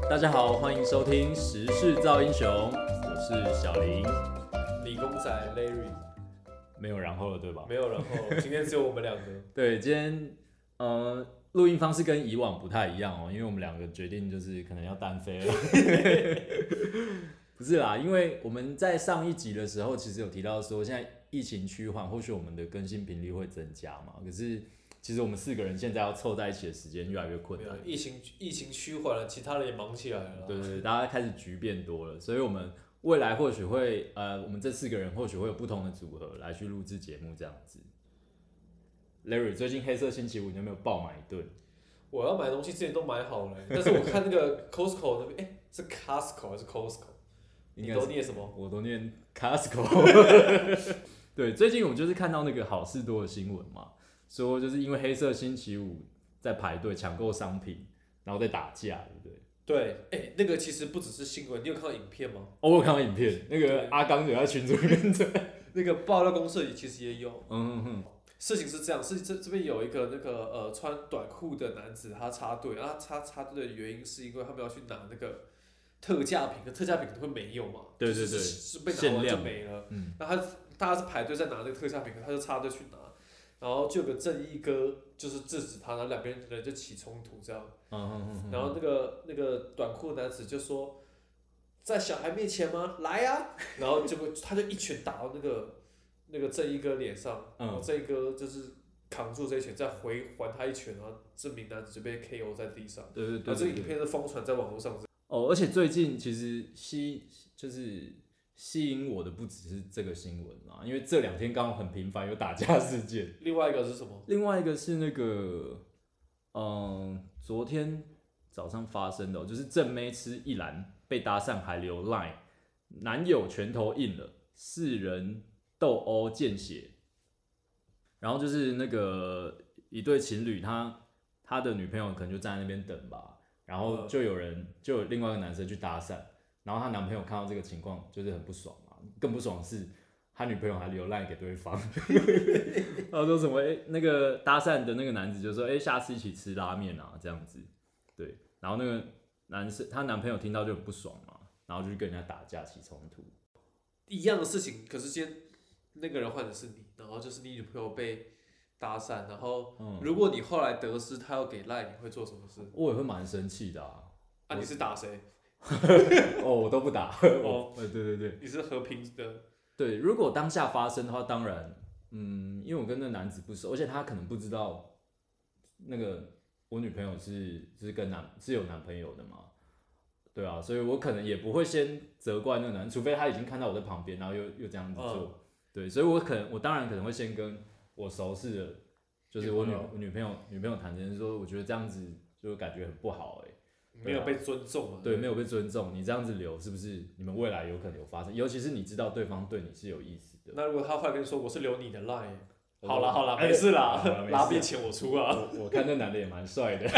大家好，欢迎收听时事造英雄，我是小林。 理工仔 Larry， 没有然后了，对吧？ 没有然后，今天只有我们两个。 对，今天录音方式跟以往不太一样哦，因为我们两个决定就是可能要单飞了。不是啦，因为我们在上一集的时候其实有提到说，现在疫情趋缓，或许我们的更新频率会增加嘛。可是其实我们4个人现在要凑在一起的时间越来越困难。 疫情趋缓了，其他人也忙起来了。 对，大家开始局变多了，所以我们未来或许会我们这4个人或许会有不同的组合来去录制节目这样子。Larry， 最近黑色星期五你有没有爆买一顿？ 我要买东西之前都买好了，但是我看那个 Costco 那边，是 Costco 还是 Costco？ 你都念什么？ 我都念 Costco。对，最近我就是看到那个好事多的新闻嘛，说就是因为黑色星期五在排队抢购商品，然后在打架，对不对？ 对，那个其实不只是新闻，你有看到影片吗？ 我有看到影片，那个阿刚有在群组里面那个爆料公社里其实也有。事情是这样，这边有一个那个穿短裤的男子，他插队，然后他插队的原因是因为他们要去拿那个特价品，特价品可能会没有嘛， 对， 是被拿完就没了。那大家是排队在拿那个特价品，他就插队去拿，然后就有个正义哥就是制止他，然后两边人就起冲突这样。然后那个短裤男子就说，在小孩面前吗？来呀！然后结果他就一拳打到那个正义哥脸上，然后正义哥就是扛住这一拳，再还他一拳，然后这名男子就被 KO 在地上。 对。 然后这个影片是疯传在网络上。 而且最近其实吸引我的不只是这个新闻啦，因为这2天刚好很频繁有打架事件。 另外一个是什么？ 另外一个是那个，昨天早上发生的，就是正妹吃一兰被搭讪还留 line， 男友拳头硬了，4人斗殴见血。然后就是那个一对情侣，他的女朋友可能就站在那边等吧。然后就有另外一个男生去搭讪，然后她男朋友看到这个情况就是很不爽嘛，更不爽的是他女朋友还留赖给对方，他说什么那个搭讪的那个男子就说下次一起吃拉面啊这样子，对，然后那个男生她男朋友听到就很不爽嘛，然后就去跟人家打架起冲突， 一样的事情，可是今天那个人换的是你，然后就是你女朋友被搭讪，然后如果你后来得知他要给赖，你会做什么事？ 我也会蛮生气的啊。 你是打谁？ 我都不打。对， 你是和平的。 对，如果当下发生的话，当然，因为我跟那男子不熟，而且他可能不知道那个我女朋友是有男朋友的嘛，对啊，所以我可能也不会先责怪那个男，除非他已经看到我在旁边，然后又这样子做，对，所以我当然可能会先跟我熟识的，就是我女朋友谈这件事，说我觉得这样子就感觉很不好没有被尊重。 对，没有被尊重，你这样子留是不是你们未来有可能有发生？尤其是你知道对方对你是有意思的。 那如果他后来跟你说我是留你的 line， 好啦，没事啦，拉面钱我出啊。 我看那男的也蛮帅的。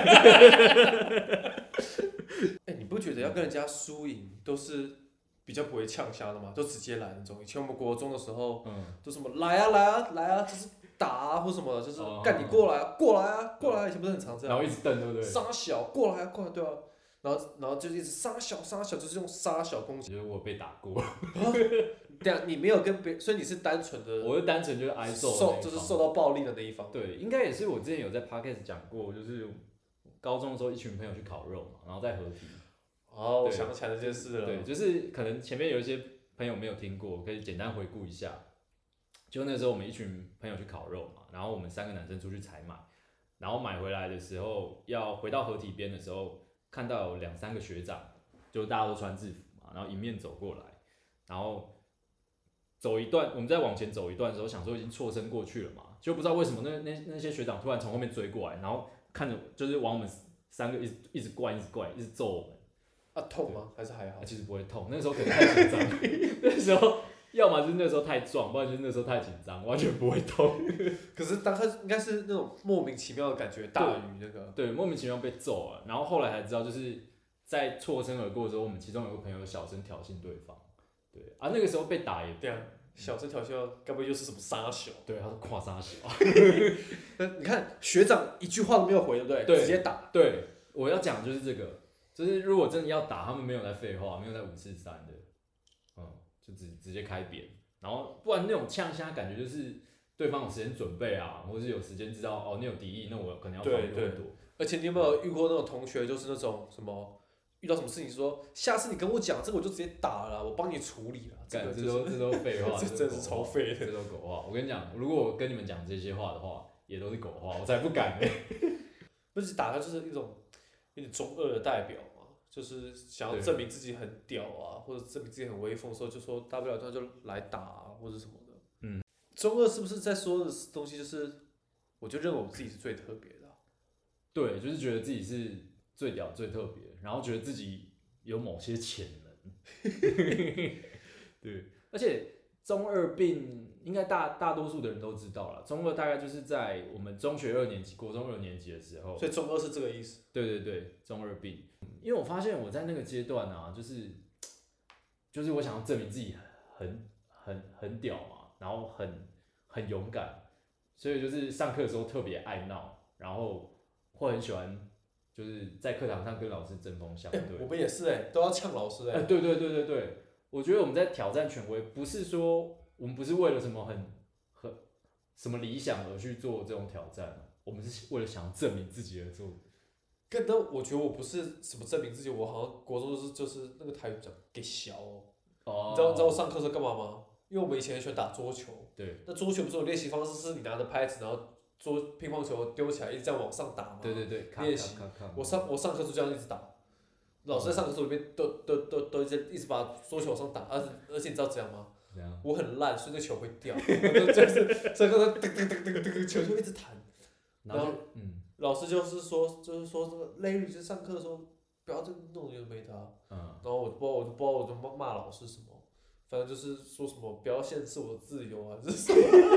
你不觉得要跟人家输赢都是比较不会呛瞎的吗？都直接来那种。以前我们国中的时候，都什么来啊，就是打啊或什么，就是干你过来啊，以前不是很常这样。 然后一直瞪，对不对？ 杀小过来，对啊。然后就一直杀小，就是用杀小攻击。 觉得我被打过。 对啊，你没有跟别，所以你是单纯的。 我是单纯就是挨揍， 就是受到暴力的那一方。 对，应该也是我之前有在 podcast 讲过，就是高中的时候一群朋友去烤肉嘛，然后在合体。 我想起来这件事了。 对，就是可能前面有一些朋友没有听过，可以简单回顾一下。就那时候我们一群朋友去烤肉嘛，然后我们3个男生出去采买，然后买回来的时候要回到合体边的时候，看到有2、3个学长，就大家都穿制服嘛，然后迎面走过来，然后走一段，我们再往前走一段的时候，想说已经错身过去了嘛，就不知道为什么那些学长突然从后面追过来，然后看着就是往我们3个一直灌，一直揍我们。 痛吗？还是还好？ 其实不会痛，那时候可能太紧张，那时候要么就是那时候太壮，不然就是那时候太紧张，完全不会痛。 可是当时应该是那种莫名其妙的感觉大于那个。 对，莫名其妙被揍了，然后后来才知道，就是在错身而过的时候，我们其中有个朋友小声挑衅对方。对啊，那个时候被打也对啊，小声挑衅，该不会又是什么杀小？ 对，他说跨杀小。 你看学长一句话都没有回，对不对？ 对， 直接打。 对，我要讲的就是这个。 就是如果真的要打，他们没有在废话，没有在5-4-3的，就直接开扁，然后不然那种呛虾感觉就是对方有时间准备啊，或是有时间知道你有敌意，那我可能要防御更多。 而且你有没有遇过那种同学，就是那种什么遇到什么事情说，下次你跟我讲这个我就直接打了，我帮你处理了。 这都废话， 这真是超废的， 这都狗话。我跟你讲，如果我跟你们讲这些话的话，也都是狗话，我才不敢呢。 不是打他就是一种有点中二的代表嘛，就是想要证明自己很屌啊，或者证明自己很威风的时候，就说大不了他就来打啊，或者什么的。中二是不是在说的东西就是，我就认为我自己是最特别的。 对，就是觉得自己是最屌、最特别，然后觉得自己有某些潜能。对，而且中二病应该大多数的人都知道了。中二大概就是在我们中学2年级、国中2年级的时候。 所以中二是这个意思。 对，中二病。因为我发现我在那个阶段啊，就是我想要证明自己很屌嘛，然后很勇敢，所以就是上课的时候特别爱闹，然后会很喜欢就是在课堂上跟老师针锋相对。 我们也是都要呛老师对，我觉得我们在挑战权威，不是说我们不是为了什么什么理想而去做这种挑战，我们是为了想要证明自己而做。 但我觉得我不是什么证明自己，我好像国中就是那个台语讲给小你知道我上课时候干嘛吗？因为我们以前很喜欢打桌球。 对。 那桌球不是有练习方式，是你拿着拍子，然后乒乓球丢起来，一直这样往上打吗？ 对。 练习。我上课就这样一直打。老师在上课里面都一直把桌球往上打，而且你知道怎样吗？我很烂，所以那球会掉。就是上课噔，球就一直弹。然后老师就是说这个 Larry 就上课的时候不要再弄有的没的。然后我不知道我就骂老师什么，反正就是说什么不要限制我的自由啊，就是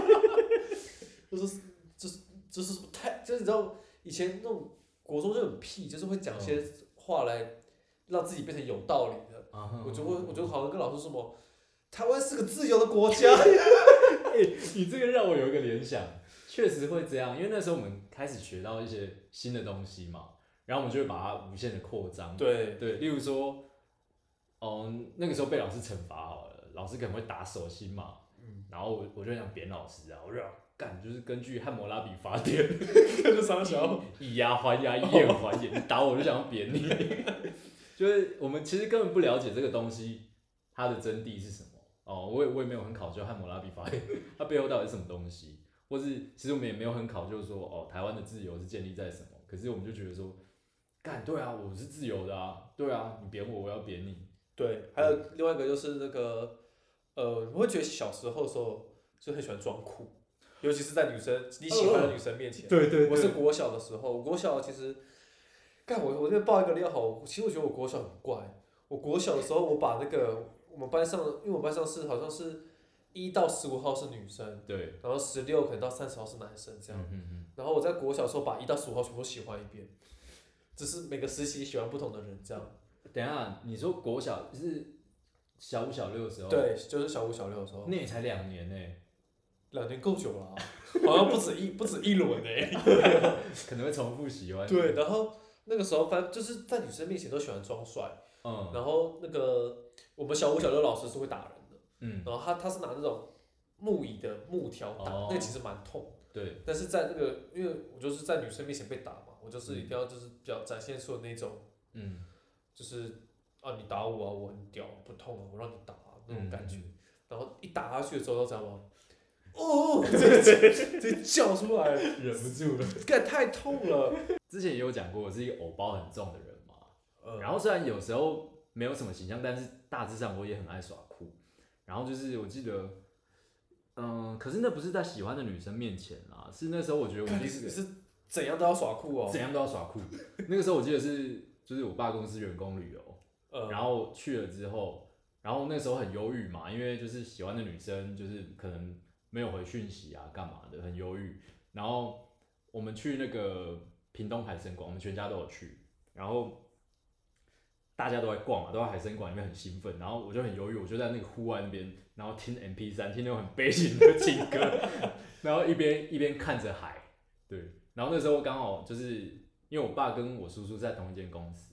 什么就是你知道以前那种国中就很屁，就是会讲些话来让自己变成有道理的。我就好像跟老师说什么，台湾是个自由的国家。 你这个让我有一个联想，确实会这样，因为那时候我们开始学到一些新的东西嘛，然后我们就会把它无限的扩张。对，例如说，那个时候被老师惩罚好了，老师可能会打手心嘛，然后我就想扁老师啊，我就干，就是根据汉谟拉比法典， 就傻小， 以牙还牙，以眼还眼，你打我就想要扁你。就是我们其实根本不了解这个东西它的真谛是什么。我也没有很考究汉谟拉比法典它背后到底是什么东西，或是其实我们也没有很考究说台湾的自由是建立在什么。可是我们就觉得说，干对啊，我是自由的啊，对啊，你扁我，我要扁你。 对，还有另外一个就是那个我会觉得小时候的时候就很喜欢装酷，尤其是在你喜欢的女生面前。 对。 我是国小的时候，我国小其实，我这边爆一个料好，其实我觉得我国小很怪。我国小的时候，我把那个我们班上，因为我们班上是好像是1到15号是女生， 对， 然后16可能到30号是男生这样。然后我在国小的时候把1到15号全部喜欢一遍，只是每个时期喜欢不同的人这样。 等一下，你说国小是小5、小6的时候？ 对，就是小5、小6的时候。 那也才2年呢。 2年够久了啊，好像不止一轮可能会重复喜欢。 对，然后那个时候反正就是在女生面前都喜欢装帅。然后那个我们小5、小6老师是会打人的。然后他是拿那种木椅的木条打，那其实蛮痛。 对。 但是在那个，因为我就是在女生面前被打嘛，我就是一定要就是比较展现出的那种，就是你打我啊，我很屌，不痛啊，我让你打那种感觉。然后一打下去的时候，都知道吗？直接叫出来， 忍不住了， 干太痛了。 之前也有讲过，我是一个偶包很重的人嘛。然后虽然有时候没有什么形象，但是大致上我也很爱耍酷。然后就是我记得，可是那不是在喜欢的女生面前啦，是那时候我觉得我是怎样都要耍酷哦， 怎样都要耍酷。那个时候我记得就是我爸公司员工旅游，然后去了之后，然后那时候很忧郁嘛，因为就是喜欢的女生就是可能没有回讯息啊，干嘛的，很忧郁。然后我们去那个屏东海参馆，我们全家都有去，然后大家都在逛嘛，都在海参馆里面很兴奋，然后我就很忧郁，我就在那个户外那边，然后听 MP3，听那种很悲情的情歌，然后一边看着海，对。然后那时候刚好就是因为我爸跟我叔叔在同一间公司，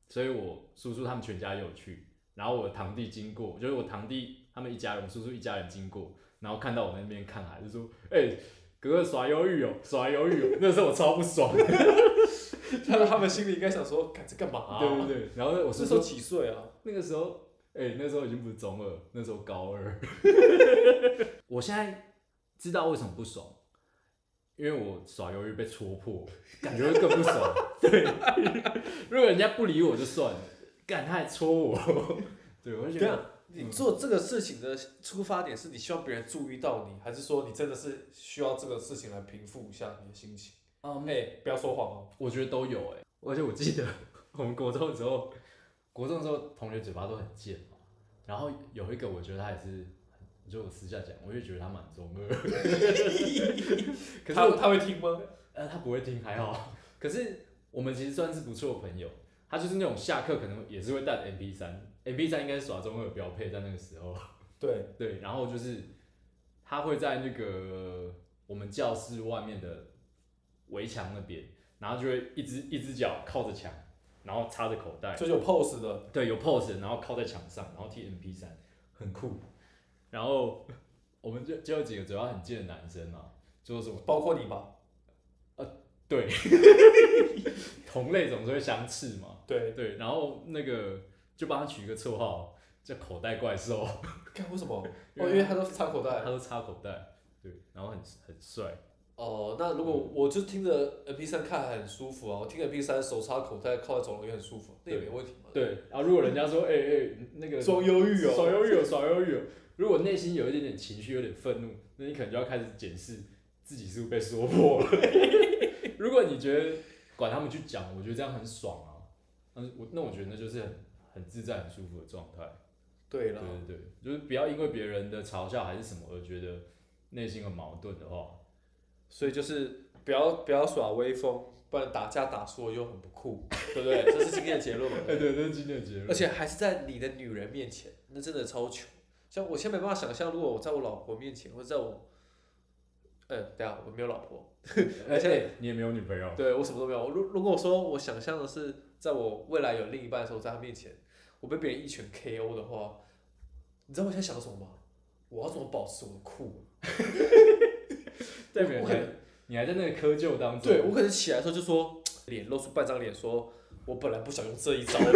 所以我叔叔他们全家也有去，然后我堂弟经过，就是我堂弟他们一家人，我叔叔一家人经过，然后看到我在那边看海，就说：“哥哥耍鱿鱼哦，耍鱿鱼哦。”那时候我超不爽的。 他们心里应该想说：“干这干嘛、啊？” 对对对。然后我叔叔那时候几岁啊？ 那个时候，那时候已经不是中二，那时候高二。我现在知道为什么不爽，因为我耍鱿鱼被戳破，感觉会更不爽。对，如果人家不理我就算了，干他还戳我，对，我就觉得。 你做这个事情的出发点是你希望别人注意到你，还是说你真的是需要这个事情来平复一下你的心情？不要说谎哦。 我觉得都有而且我记得我们国中的时候同学嘴巴都很贱嘛，然后有一个我觉得他也是，就我私下讲，我就觉得他蛮中二。可是他会听吗？ 他不会听，还好。可是我们其实算是不错的朋友。他就是那种下课可能也是会带 MP3 应该是耍中二的标配，在那个时候。对，然后就是他会在那个我们教室外面的围墙那边，然后就会一只脚靠着墙，然后插着口袋， 就是有 pose 的。 对，有 pose， 然后靠在墙上，然后踢 MP3，很酷。然后我们就有几个嘴巴很贱的男生嘛，就是什么， 包括你吧。 对，同类总是会相斥嘛。对，然后那个就帮他取一个绰号叫口袋怪兽。 为什么？因为他都是插口袋。 他都插口袋，对，然后很帅。 那如果我就听着 MP3 看还很舒服啊，我听着 MP3 手插口袋靠在走廊也很舒服，那也没问题嘛。 对，然后如果人家说那个装忧郁哦， 耍忧郁哦，如果内心有一点点情绪，有点愤怒，那你可能就要开始检视自己是不是被说破了。如果你觉得管他们去讲，我觉得这样很爽啊，那我觉得那就是很自在、很舒服的状态。 对了， 对，就是不要因为别人的嘲笑还是什么而觉得内心很矛盾的话， 所以就是不要耍威风，不然打架打输了又很不酷，对不对？这是今天的结论嘛？ 对，这是今天的结论。 而且还是在你的女人面前，那真的超糗。像我现在没办法想象，如果我在我老婆面前，或者在我，等一下我没有老婆。 你也没有女朋友？ 对，我什么都没有。如果说我想象的是，在我未来有另一半的时候，在他面前，我被别人一拳 KO 的话，你知道我现在想什么吗？我要怎么保持我的酷？ 代表你还在那个窠臼当中。 对，我可能起来的时候就说，露出半张脸，说我本来不想用这一招的，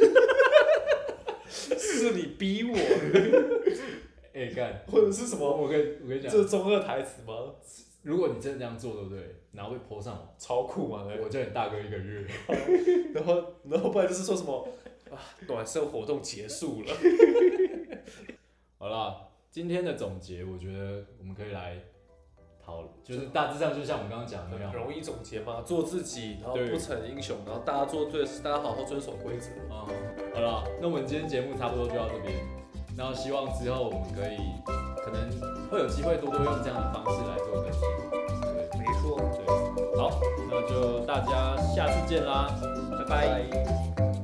是你逼我的。 干， 或者是什么？ 我跟你讲， 这是中二台词吗？ 如果你真的这样做，对不对？然后被 po 上网， 超酷嘛！ 我叫你大哥1个月。 然后不然就是说什么暖身活动结束了。 好啦，今天的总结，我觉得我们可以来讨论，就是大致上就像我们刚刚讲的那样， 很容易总结嘛，做自己，然后不逞英雄，然后大家做对的事，大家好好遵守规则。 好啦，那我们今天节目差不多就到这边，然后希望之后我们可能会有机会多用这样的方式来做更新。 对，没错。 对，好，那就大家下次见啦，拜拜。